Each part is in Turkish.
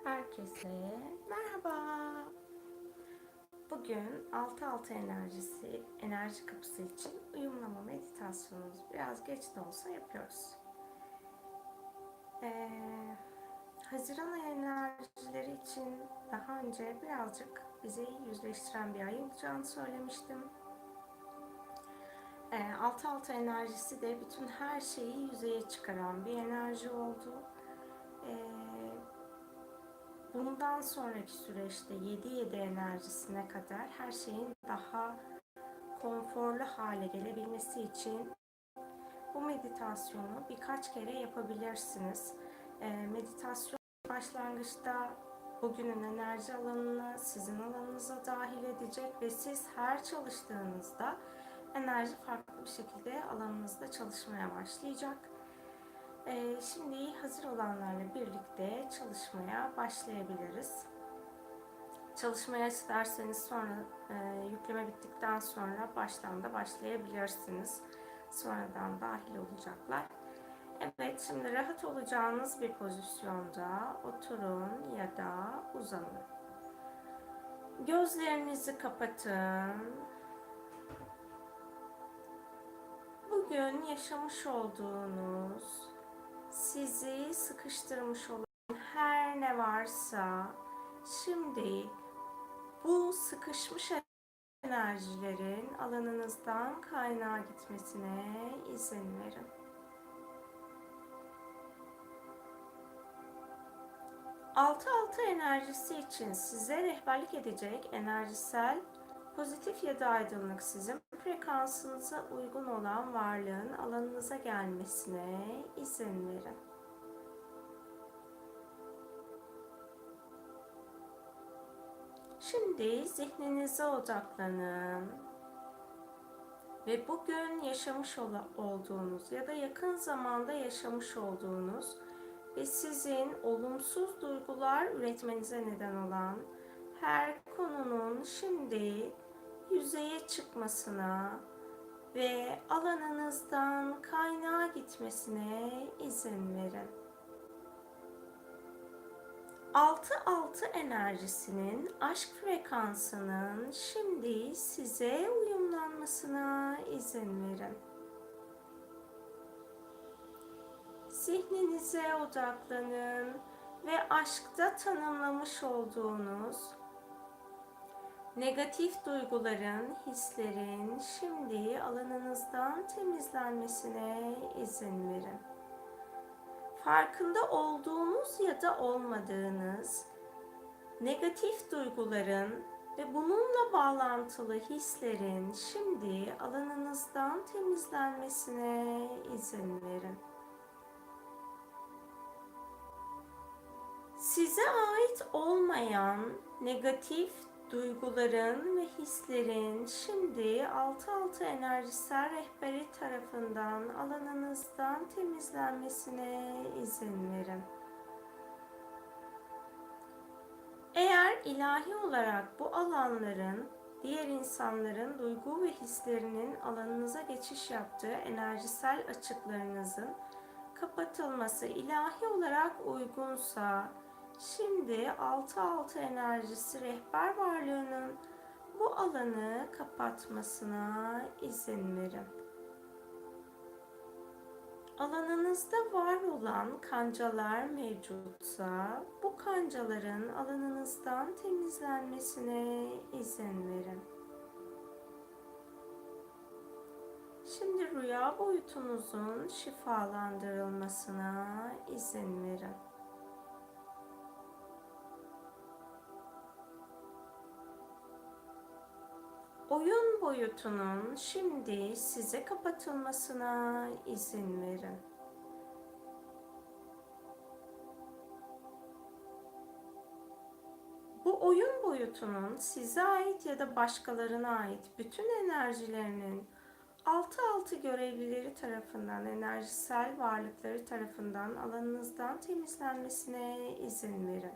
Herkese merhaba. Bugün 6-6 enerji kapısı için uyumlama meditasyonumuzu biraz geç de olsa yapıyoruz. Ee, Haziran ayı enerjileri için daha önce birazcık bizi yüzleştiren bir ay olacağını söylemiştim. 6-6 enerjisi de bütün her şeyi yüzeye çıkaran bir enerji oldu. Bundan sonraki süreçte 7-7 enerjisine kadar her şeyin daha konforlu hale gelebilmesi için bu meditasyonu birkaç kere yapabilirsiniz. Meditasyon başlangıçta bugünün enerji alanını sizin alanınıza dahil edecek ve siz her çalıştığınızda enerji farklı bir şekilde alanınızda çalışmaya başlayacak. Şimdi hazır olanlarla birlikte çalışmaya başlayabiliriz. Çalışmaya isterseniz sonra yükleme bittikten sonra baştan da başlayabilirsiniz. Sonradan dahil olacaklar. Evet, şimdi rahat olacağınız bir pozisyonda oturun ya da uzanın. Gözlerinizi kapatın. Bugün yaşamış olduğunuz, sizi sıkıştırmış olan her ne varsa şimdi bu sıkışmış enerjilerin alanınızdan kaynağa gitmesine izin verin. Altı enerjisi için size rehberlik edecek enerjisel, pozitif ya da aydınlık sizin frekansınıza uygun olan varlığın alanınıza gelmesine izin verin. Şimdi zihninize odaklanın ve bugün yaşamış olduğunuz ya da yakın zamanda yaşamış olduğunuz ve sizin olumsuz duygular üretmenize neden olan her konunun şimdi yüzeye çıkmasına ve alanınızdan kaynağa gitmesine izin verin. 6-6 enerjisinin aşk frekansının şimdi size uyumlanmasına izin verin. Zihninize odaklanın ve aşkta tanımlamış olduğunuz negatif duyguların, hislerin şimdi alanınızdan temizlenmesine izin verin. Farkında olduğunuz ya da olmadığınız negatif duyguların ve bununla bağlantılı hislerin şimdi alanınızdan temizlenmesine izin verin. Size ait olmayan negatif duyguların ve hislerin şimdi 6-6 enerjisel rehberi tarafından alanınızdan temizlenmesine izin verin. Eğer ilahi olarak bu alanların diğer insanların duygu ve hislerinin alanınıza geçiş yaptığı enerjisel açıklarınızın kapatılması ilahi olarak uygunsa, şimdi 6-6 enerjisi rehber varlığının bu alanı kapatmasına izin verin. Alanınızda var olan kancalar mevcutsa, bu kancaların alanınızdan temizlenmesine izin verin. Şimdi rüya boyutunuzun şifalandırılmasına izin verin. Oyun boyutunun şimdi size kapatılmasına izin verin. Bu oyun boyutunun size ait ya da başkalarına ait bütün enerjilerinin 6-6 görevlileri tarafından, enerjisel varlıkları tarafından alanınızdan temizlenmesine izin verin.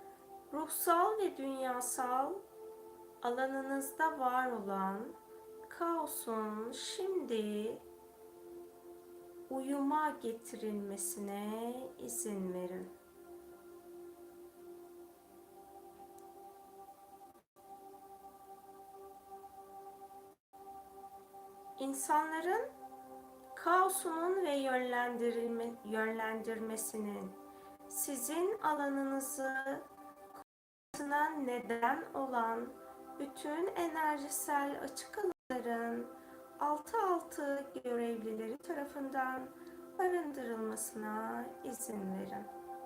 Ruhsal ve dünyasal alanınızda var olan kaosun şimdi uyuma getirilmesine izin verin. İnsanların kaosunun ve yönlendirmesinin sizin alanınızı neden olan bütün enerjisel açık alanların altı görevlileri tarafından arındırılmasına izin verin.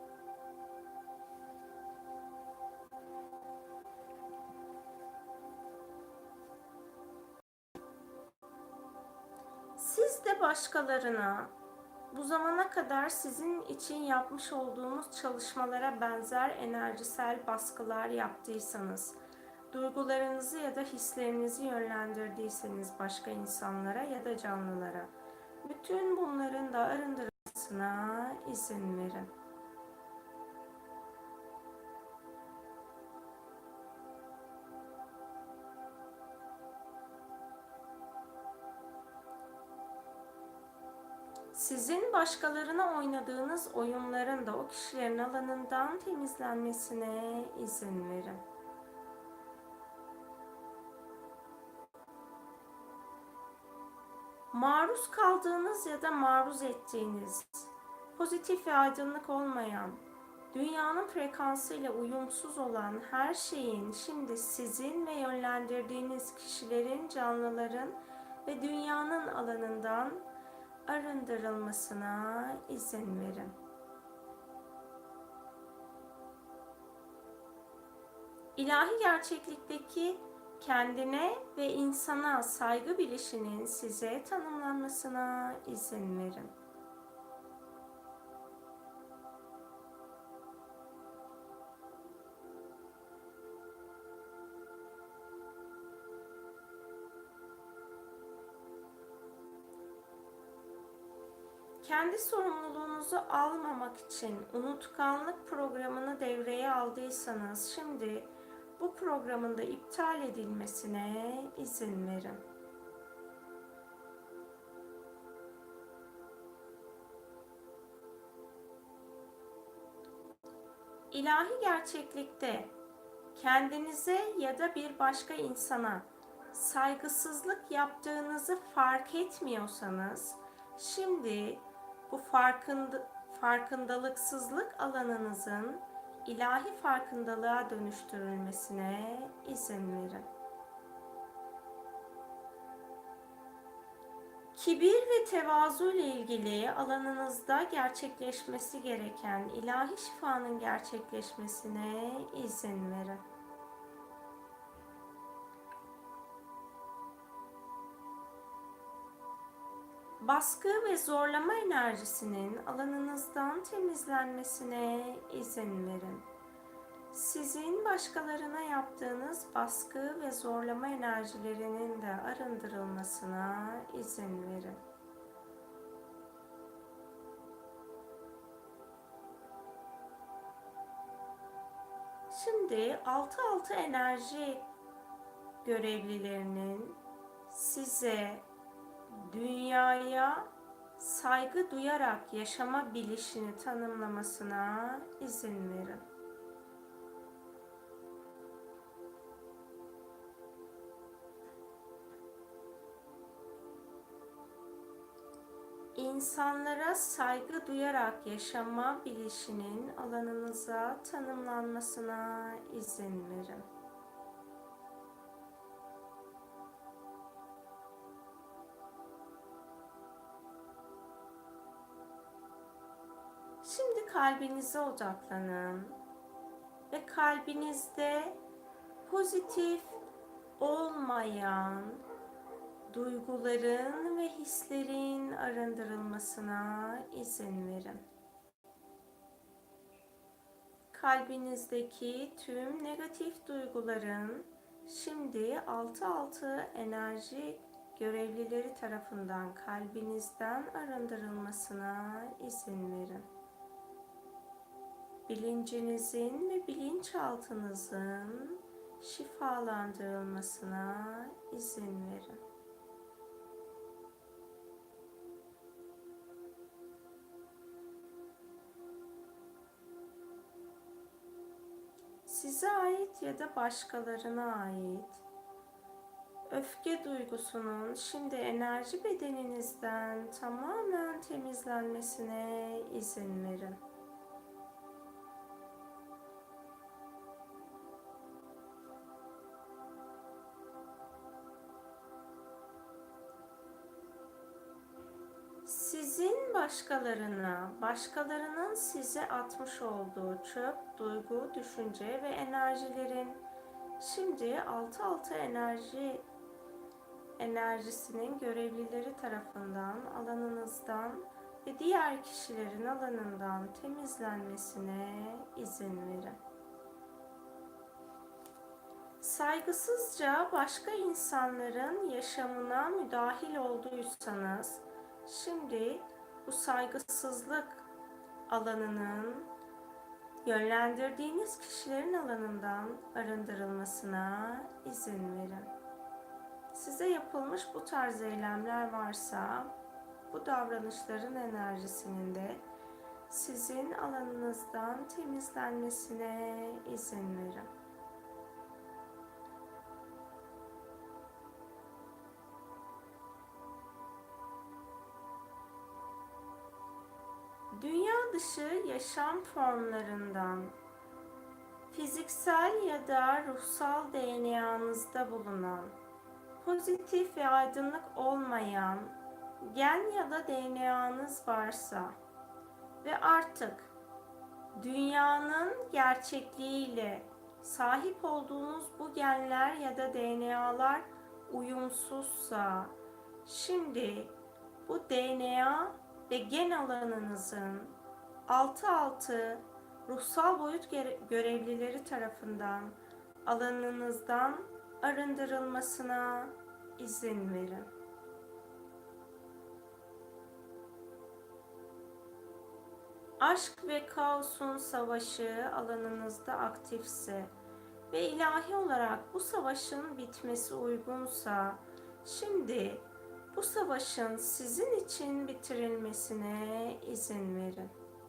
Siz de başkalarına bu zamana kadar sizin için yapmış olduğumuz çalışmalara benzer enerjisel baskılar yaptıysanız, duygularınızı ya da hislerinizi yönlendirdiyseniz başka insanlara ya da canlılara, bütün bunların da arındırılmasına izin verin. Sizin başkalarına oynadığınız oyunların da o kişilerin alanından temizlenmesine izin verin. Maruz kaldığınız ya da maruz ettiğiniz, pozitif ve aydınlık olmayan, dünyanın frekansıyla uyumsuz olan her şeyin şimdi sizin ve yönlendirdiğiniz kişilerin, canlıların ve dünyanın alanından arındırılmasına izin verin. İlahi gerçeklikteki kendine ve insana saygı bilişinin size tanımlanmasına izin verin. Kendi sorumluluğunuzu almamak için unutkanlık programını devreye aldıysanız şimdi bu programın da iptal edilmesine izin verin. İlahi gerçeklikte kendinize ya da bir başka insana saygısızlık yaptığınızı fark etmiyorsanız şimdi bu farkındalıksızlık alanınızın ilahi farkındalığa dönüştürülmesine izin verin. Kibir ve tevazu ile ilgili alanınızda gerçekleşmesi gereken ilahi şifanın gerçekleşmesine izin verin. Baskı ve zorlama enerjisinin alanınızdan temizlenmesine izin verin. Sizin başkalarına yaptığınız baskı ve zorlama enerjilerinin de arındırılmasına izin verin. Şimdi altı enerji görevlilerinin size dünyaya saygı duyarak yaşama bilişini tanımlamasına izin verin. İnsanlara saygı duyarak yaşama bilişinin alanınıza tanımlanmasına izin verin. Şimdi kalbinize odaklanın ve kalbinizde pozitif olmayan duyguların ve hislerin arındırılmasına izin verin. Kalbinizdeki tüm negatif duyguların şimdi altı enerji görevlileri tarafından kalbinizden arındırılmasına izin verin. Bilincinizin ve bilinçaltınızın şifalandırılmasına izin verin. size ait ya da başkalarına ait öfke duygusunun şimdi enerji bedeninizden tamamen temizlenmesine izin verin. Sizin başkalarına, başkalarının size atmış olduğu çöp, duygu, düşünce ve enerjilerin şimdi altı enerjisinin görevlileri tarafından alanınızdan ve diğer kişilerin alanından temizlenmesine izin verin. Saygısızca başka insanların yaşamına müdahil olduysanız, şimdi bu saygısızlık alanının yönlendirdiğiniz kişilerin alanından arındırılmasına izin verin. Size yapılmış bu tarz eylemler varsa, bu davranışların enerjisinin de sizin alanınızdan temizlenmesine izin verin. Dünya dışı yaşam formlarından fiziksel ya da ruhsal DNA'nızda bulunan pozitif ve aydınlık olmayan gen ya da DNA'nız varsa ve artık dünyanın gerçekliğiyle sahip olduğunuz bu genler ya da DNA'lar uyumsuzsa, şimdi bu DNA ve gen alanınızın altı ruhsal boyut görevlileri tarafından alanınızdan arındırılmasına izin verin. Aşk ve kaosun savaşı alanınızda aktifse ve ilahi olarak bu savaşın bitmesi uygunsa, şimdi bu savaşın sizin için bitirilmesine izin verin.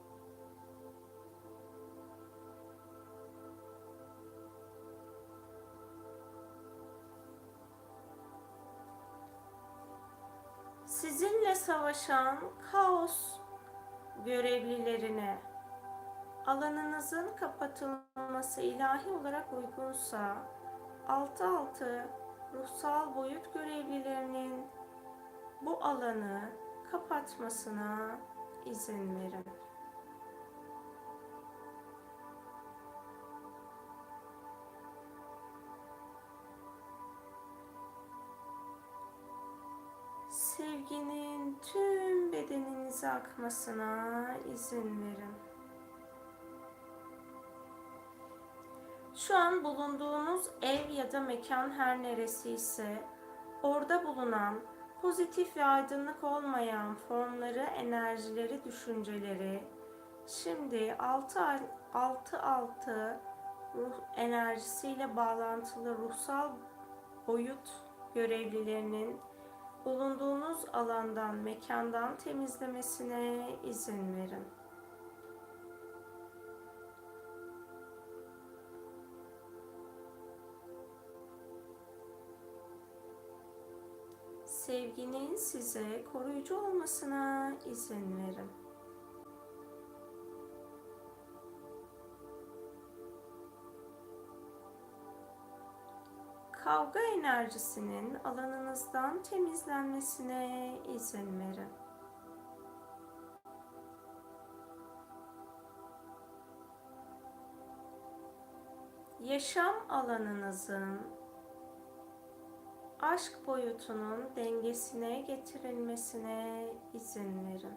Sizinle savaşan kaos görevlilerine alanınızın kapatılması ilahi olarak uygunsa, altı ruhsal boyut görevlilerinin bu alanı kapatmasına izin verin. Sevginin tüm bedeninize akmasına izin verin. Şu an bulunduğunuz ev ya da mekan her neresi ise orada bulunan pozitif ve aydınlık olmayan formları, enerjileri, düşünceleri şimdi altı ruh enerjisiyle bağlantılı ruhsal boyut görevlilerinin bulunduğunuz alandan, mekandan temizlemesine izin verin. Sevginin size koruyucu olmasına izin verin. Kavga enerjisinin alanınızdan temizlenmesine izin verin. Yaşam alanınızın aşk boyutunun dengesine getirilmesine izin verin.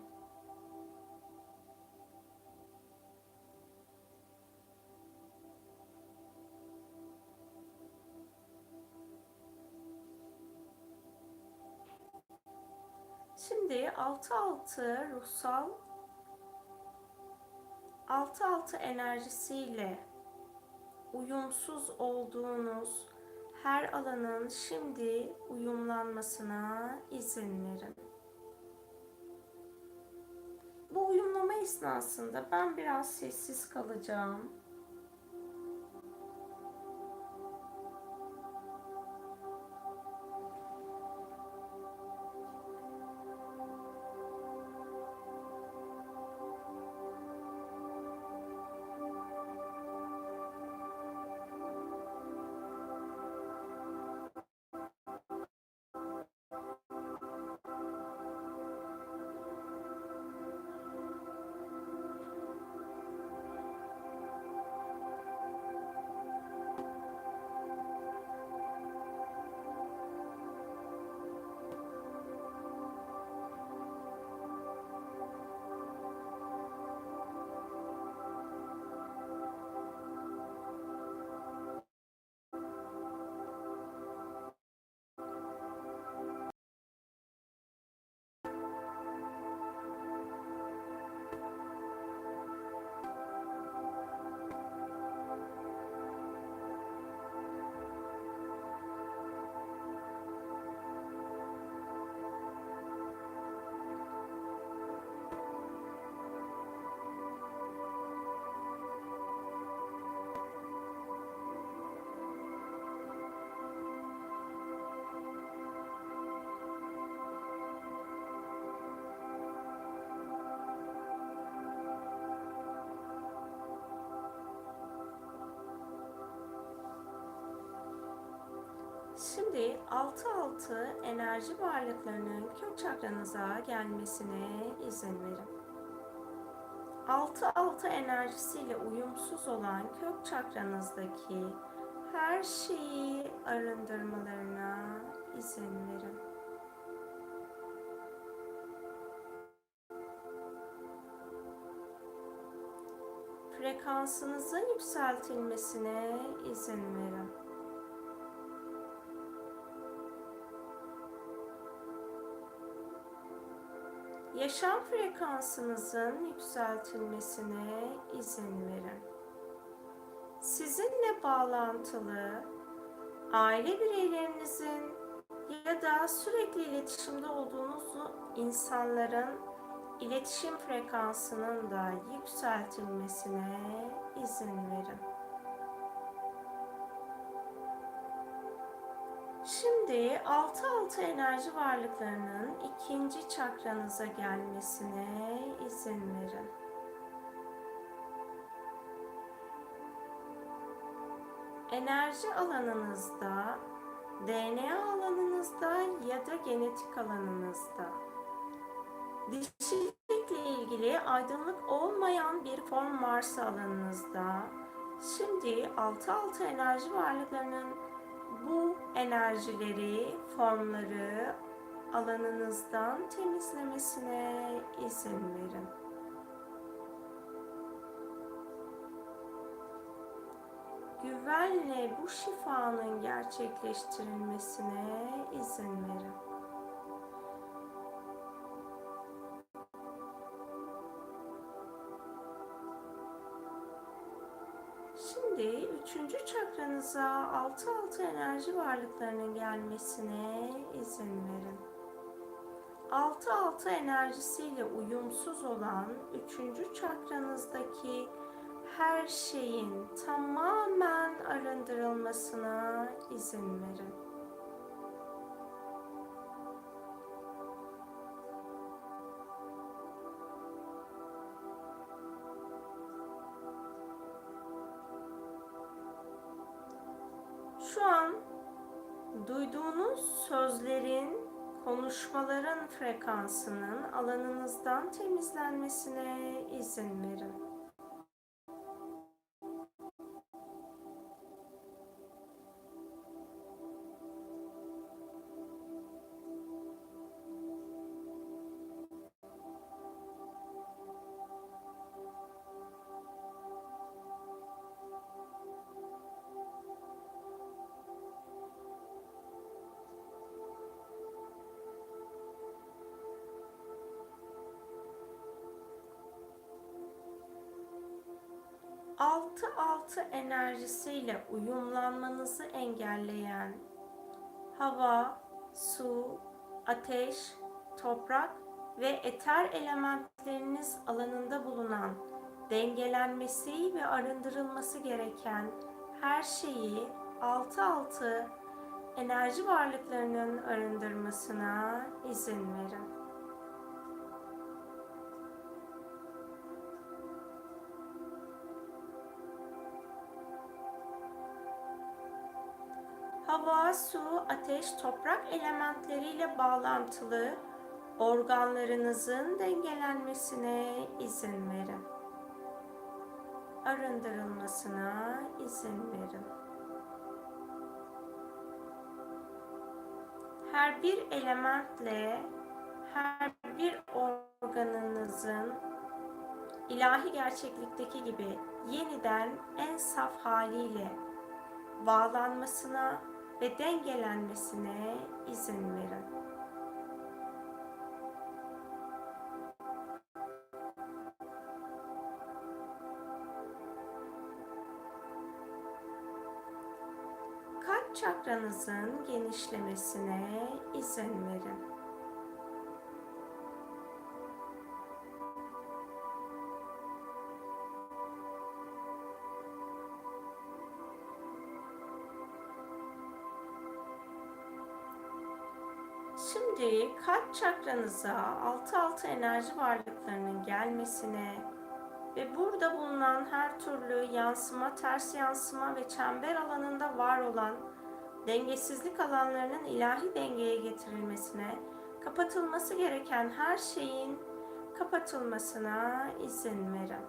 Şimdi ruhsal altı enerjisiyle uyumsuz olduğunuz her alanın şimdi uyumlanmasına izin verin. Bu uyumlama esnasında ben biraz sessiz kalacağım. Şimdi 6-6 enerji varlıklarının kök çakranıza gelmesine izin verin. 6-6 enerjisiyle uyumsuz olan kök çakranızdaki her şeyi arındırmalarına izin verin. Frekansınızın yükseltilmesine izin verin. Yaşam frekansınızın yükseltilmesine izin verin. Sizinle bağlantılı aile bireylerinizin ya da sürekli iletişimde olduğunuz insanların iletişim frekansının da yükseltilmesine izin verin. Şimdi 6-6 enerji varlıklarının ikinci çakranıza gelmesine izin verin. Enerji alanınızda, DNA alanınızda ya da genetik alanınızda dişilikle ilgili aydınlık olmayan bir form varsa alanınızda, şimdi 6-6 enerji varlıklarının bu enerjileri, formları alanınızdan temizlemesine izin verin. Güvenle bu şifanın gerçekleştirilmesine izin verin. Şimdi 3. çakranıza 6-6 enerji varlıklarının gelmesine izin verin. 6-6 enerjisiyle uyumsuz olan 3. çakranızdaki her şeyin tamamen arındırılmasına izin verin. Şu an duyduğunuz sözlerin, konuşmaların frekansının alanınızdan temizlenmesine izin verin. Altı enerjisiyle uyumlanmanızı engelleyen hava, su, ateş, toprak ve eter elementleriniz alanında bulunan dengelenmesi ve arındırılması gereken her şeyi 6-6 enerji varlıklarının arındırmasına izin verin. Hava, su, ateş, toprak elementleriyle bağlantılı organlarınızın dengelenmesine izin verin. Arındırılmasına izin verin. Her bir elementle her bir organınızın ilahi gerçeklikteki gibi yeniden en saf haliyle bağlanmasına ve dengelenmesine izin verin. Kalp çakranızın genişlemesine izin verin. Şimdi kalp çakranıza 6-6 enerji varlıklarının gelmesine ve burada bulunan her türlü yansıma, ters yansıma ve çember alanında var olan dengesizlik alanlarının ilahi dengeye getirilmesine, kapatılması gereken her şeyin kapatılmasına izin verin.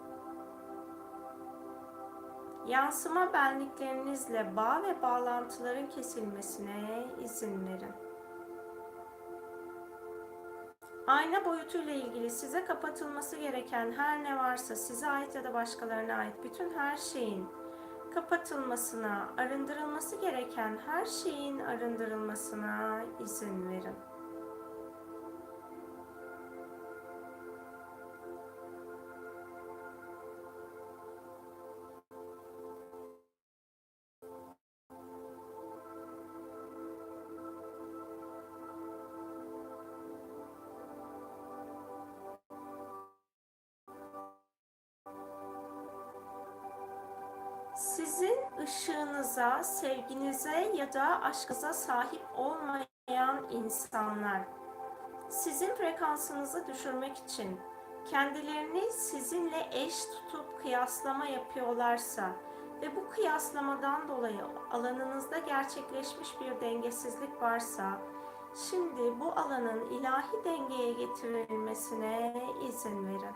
Yansıma benliklerinizle bağ ve bağlantıların kesilmesine izin verin. Ayna boyutuyla ilgili size kapatılması gereken her ne varsa, size ait ya da başkalarına ait bütün her şeyin kapatılmasına, arındırılması gereken her şeyin arındırılmasına izin verin. Sizin ışığınıza, sevginize ya da aşkınıza sahip olmayan insanlar, sizin frekansınızı düşürmek için kendilerini sizinle eş tutup kıyaslama yapıyorlarsa ve bu kıyaslamadan dolayı alanınızda gerçekleşmiş bir dengesizlik varsa, şimdi bu alanın ilahi dengeye getirilmesine izin verin.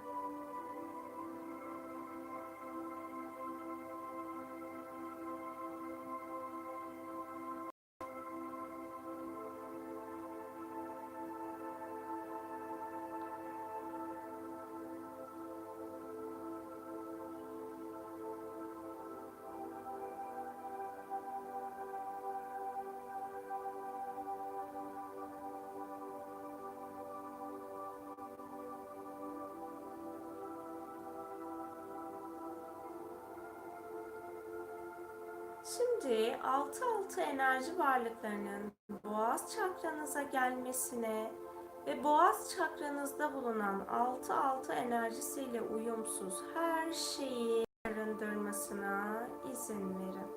Şimdi altı enerji varlıklarının boğaz çakranıza gelmesine ve boğaz çakranızda bulunan altı enerjisiyle uyumsuz her şeyi arındırmasına izin verin.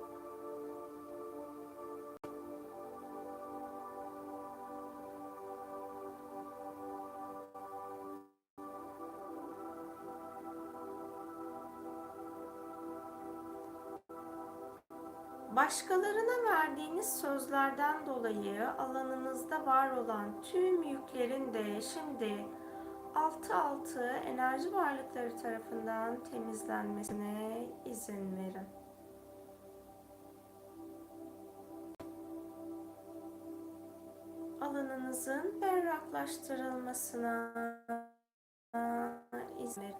Başkalarına verdiğiniz sözlerden dolayı alanınızda var olan tüm yüklerin de şimdi altı enerji varlıkları tarafından temizlenmesine izin verin. Alanınızın berraklaştırılmasına izin verin.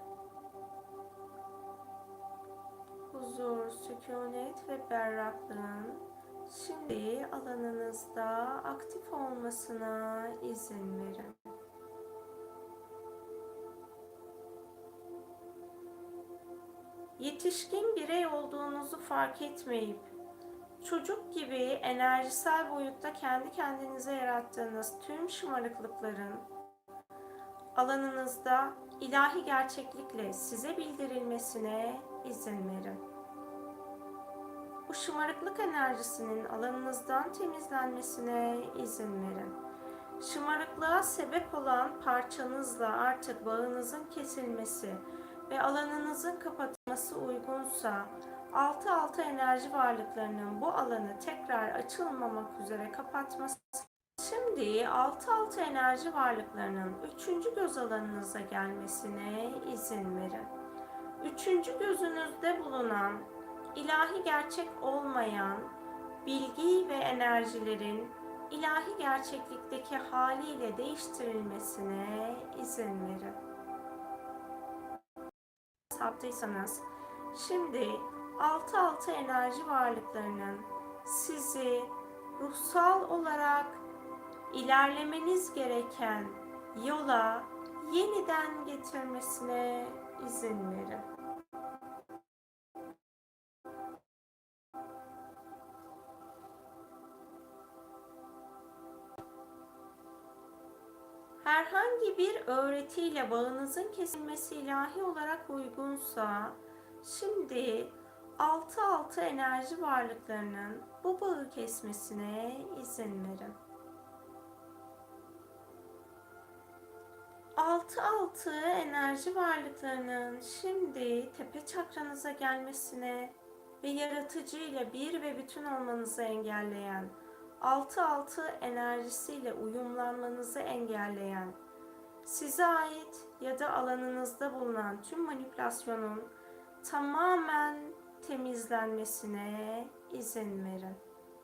Huzur, sükunet ve berraklığın şimdi alanınızda aktif olmasına izin verin. Yetişkin birey olduğunuzu fark etmeyip çocuk gibi enerjisel boyutta kendi kendinize yarattığınız tüm şımarıklıkların alanınızda ilahi gerçeklikle size bildirilmesine izin verin. Bu şımarıklık enerjisinin alanınızdan temizlenmesine izin verin. Şımarıklığa sebep olan parçanızla artık bağınızın kesilmesi ve alanınızın kapatılması uygunsa, altı enerji varlıklarının bu alanı tekrar açılmamak üzere kapatması. Şimdi altı enerji varlıklarının 3. göz alanınıza gelmesine izin verin. 3. gözünüzde bulunan ilahi gerçek olmayan bilgi ve enerjilerin ilahi gerçeklikteki haliyle değiştirilmesine izin verin. Saptıysanız şimdi altı enerji varlıklarının sizi ruhsal olarak ilerlemeniz gereken yola yeniden getirmesine izin verin. Herhangi bir öğretiyle bağınızın kesilmesi ilahi olarak uygunsa, şimdi altı enerji varlıklarının bu bağı kesmesine izin verin. Altı enerji varlıklarının şimdi tepe çakranıza gelmesine ve yaratıcı ile bir ve bütün olmanızı engelleyen, 6-6 enerjisiyle uyumlanmanızı engelleyen, size ait ya da alanınızda bulunan tüm manipülasyonun tamamen temizlenmesine izin verin.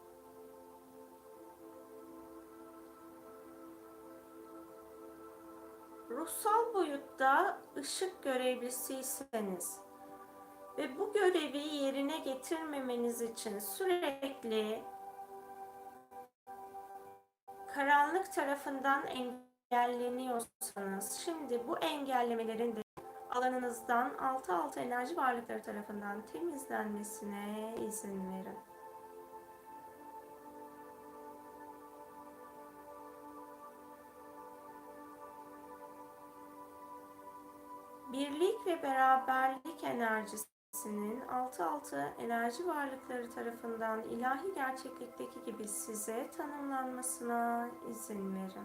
Ruhsal boyutta ışık görevlisiyseniz ve bu görevi yerine getirmemeniz için sürekli karanlık tarafından engelleniyorsanız, şimdi bu engellemelerin de alanınızdan 6-6 enerji varlıkları tarafından temizlenmesine izin verin. Birlik ve beraberlik enerjisinin 6-6 enerji varlıkları tarafından ilahi gerçeklikteki gibi size tanımlanmasına izin verin.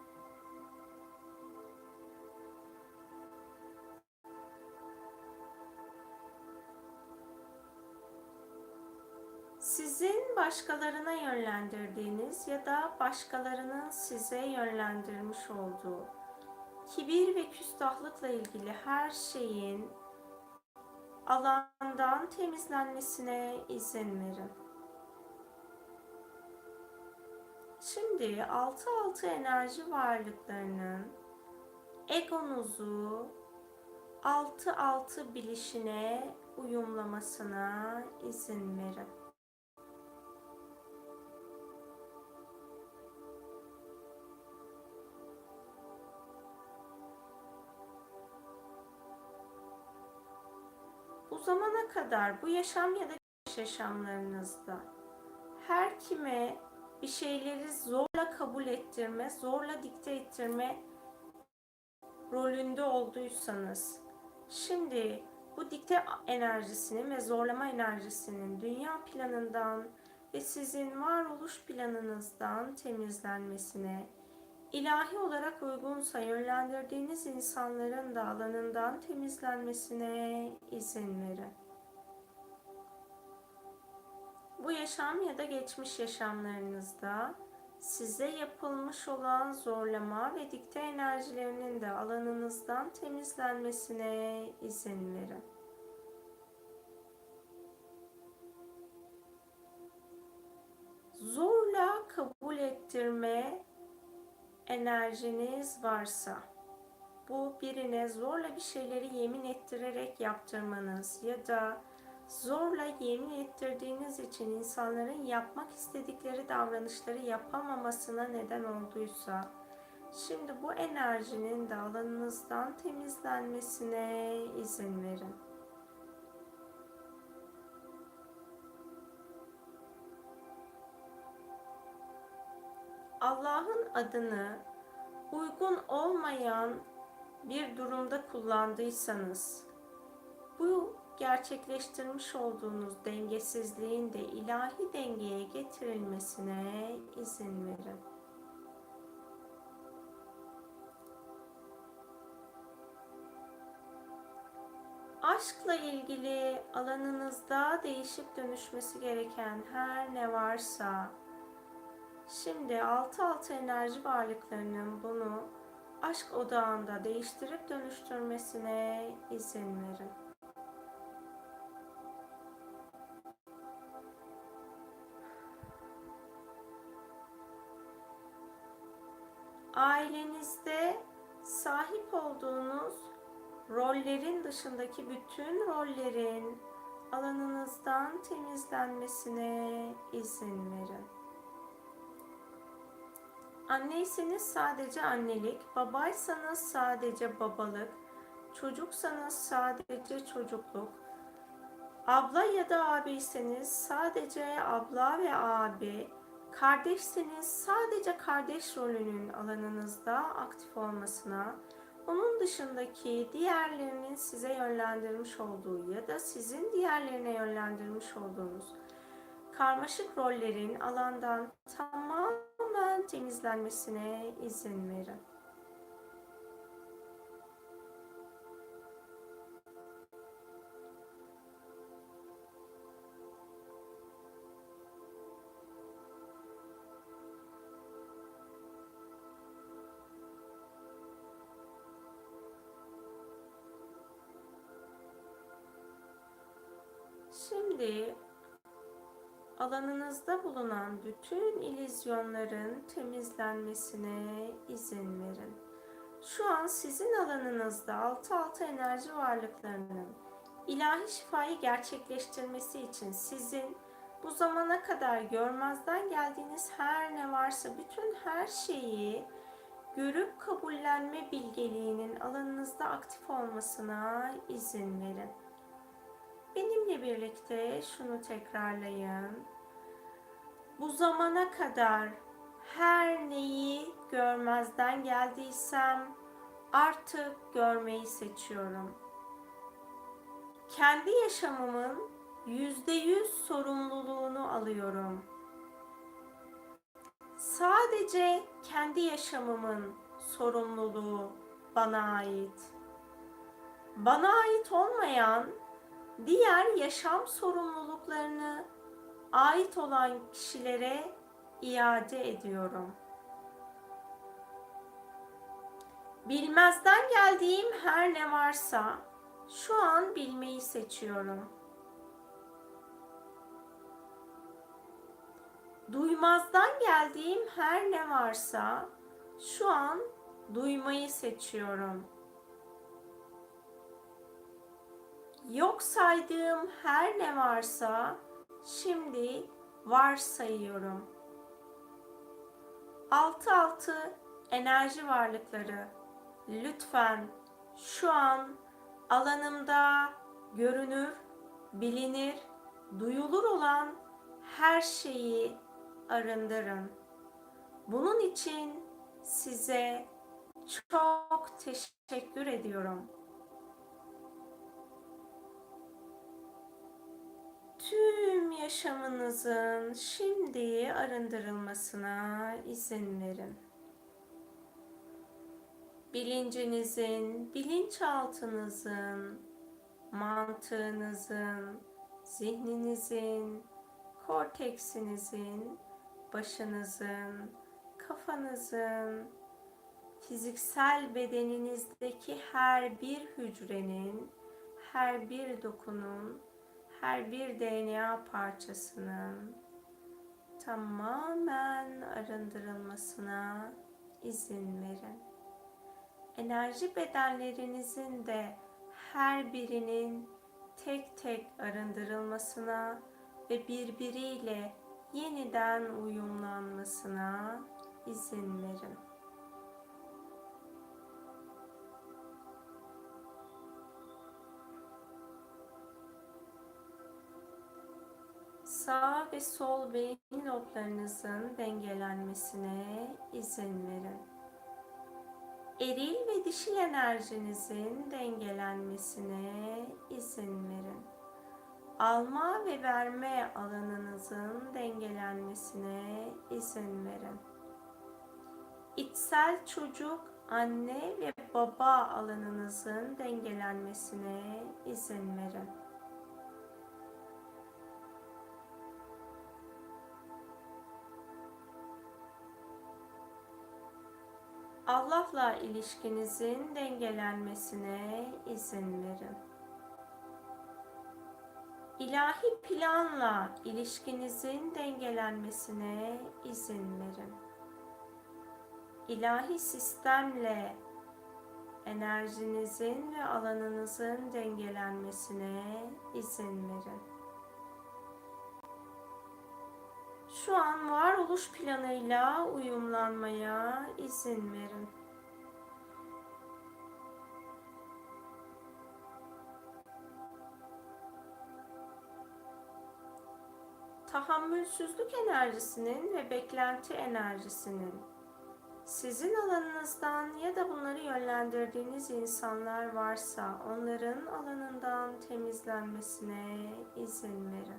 Sizin başkalarına yönlendirdiğiniz ya da başkalarının size yönlendirmiş olduğu kibir ve küstahlıkla ilgili her şeyin alandan temizlenmesine izin verin. Şimdi 6-6 enerji varlıklarının egonuzu 6-6 bilişine uyumlamasına izin verin. Bu zamana kadar bu yaşam ya da yaşamlarınızda her kime bir şeyleri zorla kabul ettirme, zorla dikte ettirme rolünde olduysanız, şimdi bu dikte enerjisinin ve zorlama enerjisinin dünya planından ve sizin varoluş planınızdan temizlenmesine, ilahi olarak uygunsa yönlendirdiğiniz insanların da alanından temizlenmesine izin verin. Bu yaşam ya da geçmiş yaşamlarınızda size yapılmış olan zorlama ve dikte enerjilerinin de alanınızdan temizlenmesine izin verin. Zorla kabul ettirme enerjiniz varsa, bu birine zorla bir şeyleri yemin ettirerek yaptırmanız ya da zorla yemin ettirdiğiniz için insanların yapmak istedikleri davranışları yapamamasına neden olduysa, şimdi bu enerjinin de alanınızdan temizlenmesine izin verin. Allah'ın adını uygun olmayan bir durumda kullandıysanız, bu gerçekleştirmiş olduğunuz dengesizliğin de ilahi dengeye getirilmesine izin verin. Aşkla ilgili alanınızda değişip dönüşmesi gereken her ne varsa, şimdi 6-6 enerji varlıklarının bunu aşk odağında değiştirip dönüştürmesine izin verin. Ailenizde sahip olduğunuz rollerin dışındaki bütün rollerin alanınızdan temizlenmesine izin verin. Anneyseniz sadece annelik, babaysanız sadece babalık, çocuksanız sadece çocukluk, abla ya da abiyseniz sadece abla ve abi, kardeşseniz sadece kardeş rolünün alanınızda aktif olmasına, onun dışındaki diğerlerinin size yönlendirmiş olduğu ya da sizin diğerlerine yönlendirmiş olduğunuz karmaşık rollerin alandan tamamen temizlenmesine izin verin. Şimdi alanınızda bulunan bütün illüzyonların temizlenmesine izin verin. Şu an sizin alanınızda altı enerji varlıklarının ilahi şifayı gerçekleştirmesi için sizin bu zamana kadar görmezden geldiğiniz her ne varsa bütün her şeyi görüp kabullenme bilgeliğinin alanınızda aktif olmasına izin verin. Benimle birlikte şunu tekrarlayın. Bu zamana kadar her neyi görmezden geldiysem artık görmeyi seçiyorum. Kendi yaşamımın %100 sorumluluğunu alıyorum. Sadece kendi yaşamımın sorumluluğu bana ait. Bana ait olmayan diğer yaşam sorumluluklarını ait olan kişilere iade ediyorum. Bilmezden geldiğim her ne varsa şu an bilmeyi seçiyorum. Duymazdan geldiğim her ne varsa şu an duymayı seçiyorum. Yok saydığım her ne varsa şimdi varsayıyorum. Altı enerji varlıkları, lütfen şu an alanımda görünür, bilinir, duyulur olan her şeyi arındırın. Bunun için size çok teşekkür ediyorum. Tüm yaşamınızın şimdi arındırılmasına izin verin. Bilincinizin, bilinçaltınızın, mantığınızın, zihninizin, korteksinizin, başınızın, kafanızın, fiziksel bedeninizdeki her bir hücrenin, her bir dokunun, her bir DNA parçasının tamamen arındırılmasına izin verin. Enerji bedenlerinizin de her birinin tek tek arındırılmasına ve birbiriyle yeniden uyumlanmasına izin verin. Sağ ve sol beyin loblarınızın dengelenmesine izin verin. Eril ve dişil enerjinizin dengelenmesine izin verin. Alma ve verme alanınızın dengelenmesine izin verin. İçsel çocuk, anne ve baba alanınızın dengelenmesine izin verin. Allah'la ilişkinizin dengelenmesine izin verin. İlahi planla ilişkinizin dengelenmesine izin verin. İlahi sistemle enerjinizin ve alanınızın dengelenmesine izin verin. Şu an varoluş planıyla uyumlanmaya izin verin. Tahammülsüzlük enerjisinin ve beklenti enerjisinin sizin alanınızdan ya da bunları yönlendirdiğiniz insanlar varsa onların alanından temizlenmesine izin verin.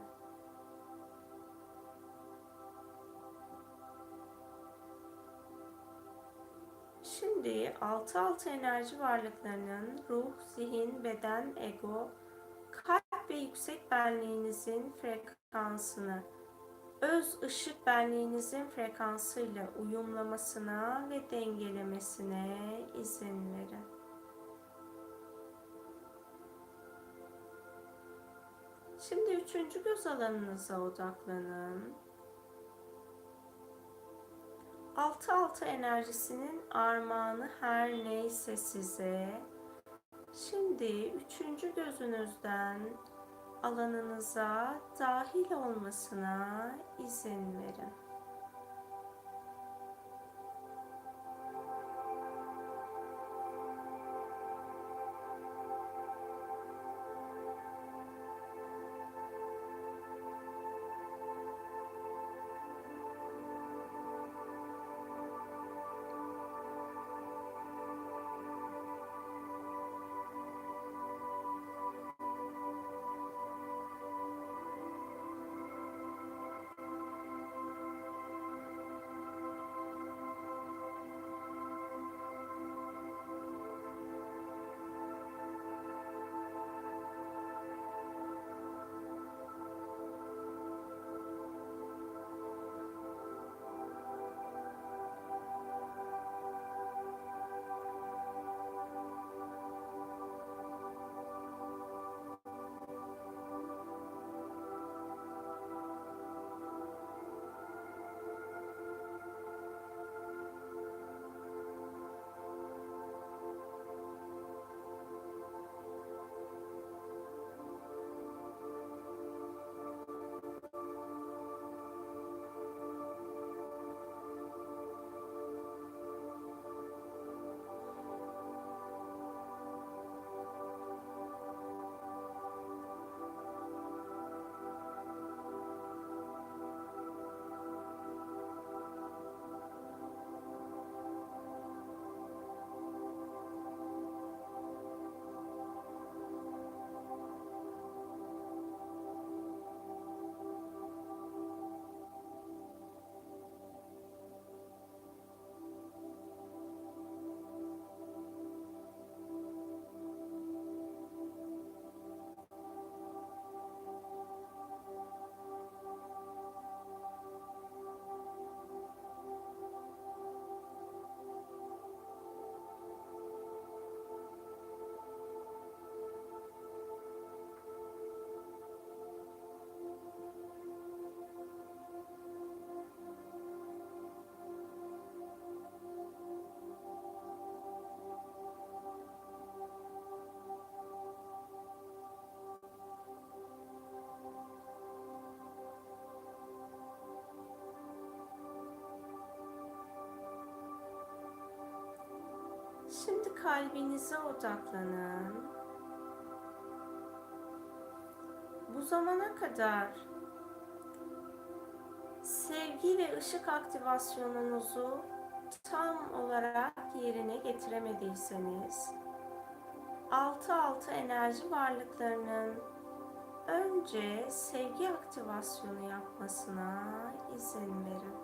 Şimdi altı enerji varlıklarının ruh, zihin, beden, ego, kalp ve yüksek benliğinizin frekansını öz ışık benliğinizin frekansıyla uyumlamasına ve dengelemesine izin verin. Şimdi üçüncü göz alanınıza odaklanın. 6-6 enerjisinin armağanı her neyse size, şimdi üçüncü gözünüzden alanınıza dahil olmasına izin verin. Şimdi kalbinize odaklanın. Bu zamana kadar sevgi ve ışık aktivasyonunuzu tam olarak yerine getiremediyseniz, 6-6 enerji varlıklarının önce sevgi aktivasyonu yapmasına izin verin.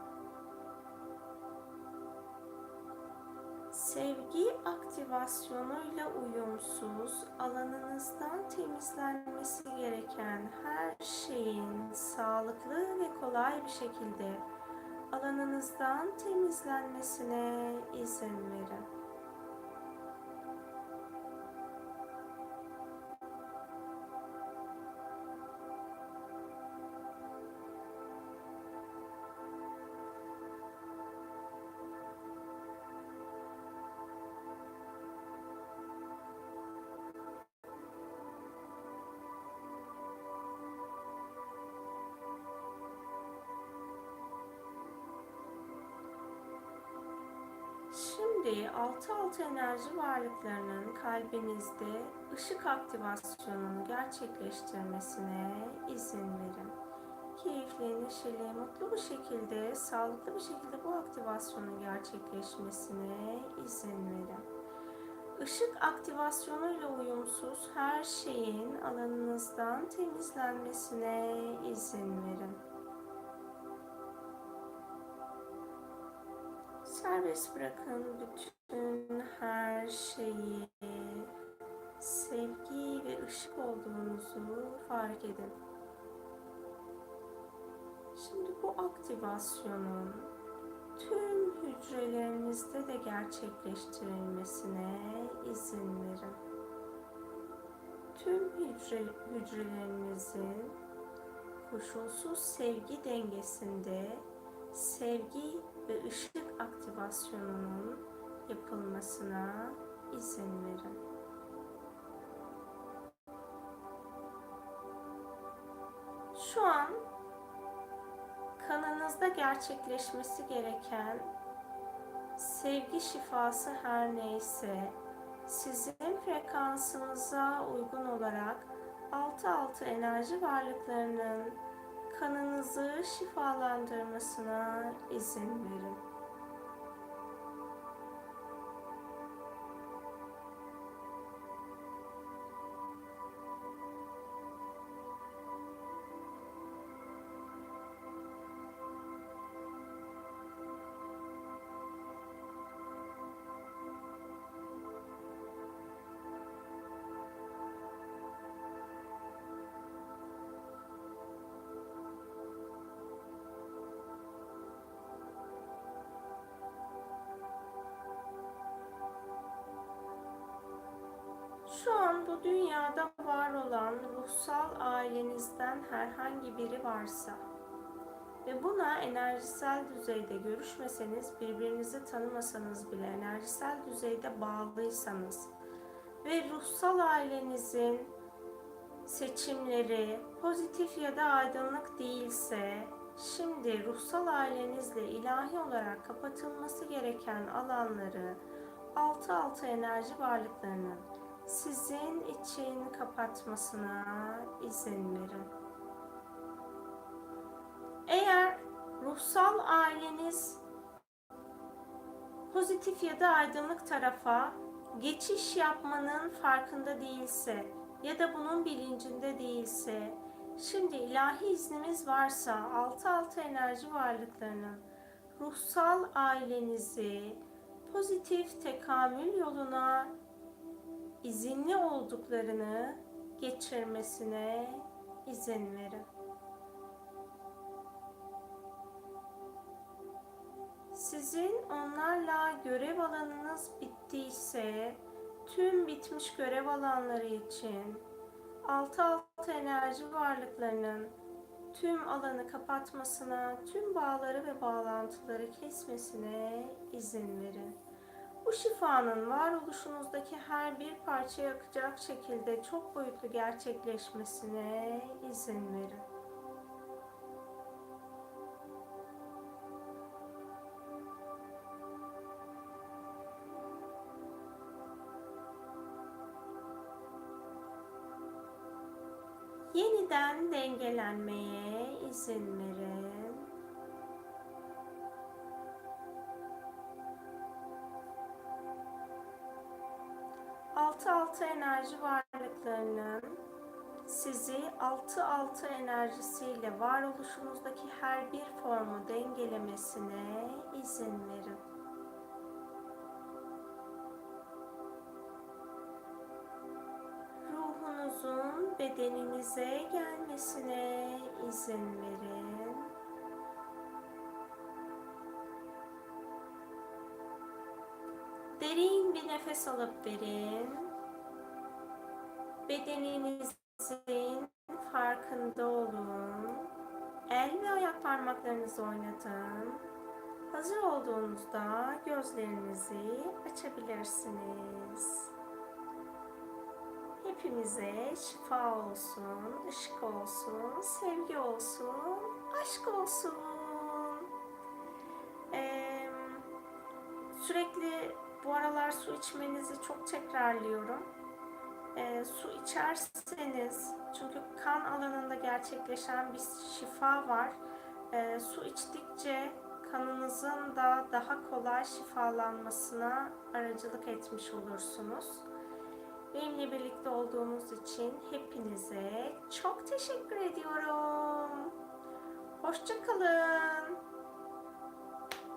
Sevgi aktivasyonuyla uyumsuz, alanınızdan temizlenmesi gereken her şeyin sağlıklı ve kolay bir şekilde alanınızdan temizlenmesine izin verin. Şimdi 6-6 enerji varlıklarının kalbinizde ışık aktivasyonunu gerçekleştirmesine izin verin. Keyifli, neşeli, mutlu bir şekilde, sağlıklı bir şekilde bu aktivasyonun gerçekleşmesine izin verin. Işık aktivasyonuyla uyumsuz her şeyin alanınızdan temizlenmesine izin verin. Serbest bırakın bütün her şeyi, sevgi ve ışık olduğunuzu fark edin. Şimdi bu aktivasyonun tüm hücrelerinizde de gerçekleştirilmesine izin verin. tüm hücrelerinizin koşulsuz sevgi dengesinde sevgi ve ışık aktivasyonunun yapılmasına izin verin. Şu an kanınızda gerçekleşmesi gereken sevgi şifası her neyse, sizin frekansınıza uygun olarak 6-6 enerji varlıklarının kanınızı şifalandırmasına izin verin. Şu an bu dünyada var olan ruhsal ailenizden herhangi biri varsa ve buna enerjisel düzeyde görüşmeseniz, birbirinizi tanımasanız bile enerjisel düzeyde bağlıysanız ve ruhsal ailenizin seçimleri pozitif ya da aydınlık değilse, şimdi ruhsal ailenizle ilahi olarak kapatılması gereken alanları 6-6 enerji varlıklarının sizin için kapatmasına izin verin. Eğer ruhsal aileniz pozitif ya da aydınlık tarafa geçiş yapmanın farkında değilse ya da bunun bilincinde değilse, şimdi ilahi iznimiz varsa 6-6 enerji varlıklarının ruhsal ailenizi pozitif tekamül yoluna izinli olduklarını geçirmesine izin verin. Sizin onlarla görev alanınız bittiyse, tüm bitmiş görev alanları için 6-6 enerji varlıklarının tüm alanı kapatmasına, tüm bağları ve bağlantıları kesmesine izin verin. Bu şifanın varoluşunuzdaki her bir parçaya akacak şekilde çok boyutlu gerçekleşmesine izin verin. Yeniden dengelenmeye izin verin. Altı enerji varlıklarının sizi 6-6 enerjisiyle varoluşunuzdaki her bir formu dengelemesine izin verin. Ruhunuzun bedeninize gelmesine izin verin. Derin bir nefes alıp verin. Bedeninizin farkında olun. El ve ayak parmaklarınızı oynatın. Hazır olduğunuzda gözlerinizi açabilirsiniz. Hepimize şifa olsun, ışık olsun, sevgi olsun, aşk olsun. Sürekli bu aralar su içmenizi çok tekrarlıyorum. Su içerseniz, çünkü kan alanında gerçekleşen bir şifa var. Su içtikçe kanınızın da daha kolay şifalanmasına aracılık etmiş olursunuz. Benimle birlikte olduğunuz için hepinize çok teşekkür ediyorum. Hoşça kalın.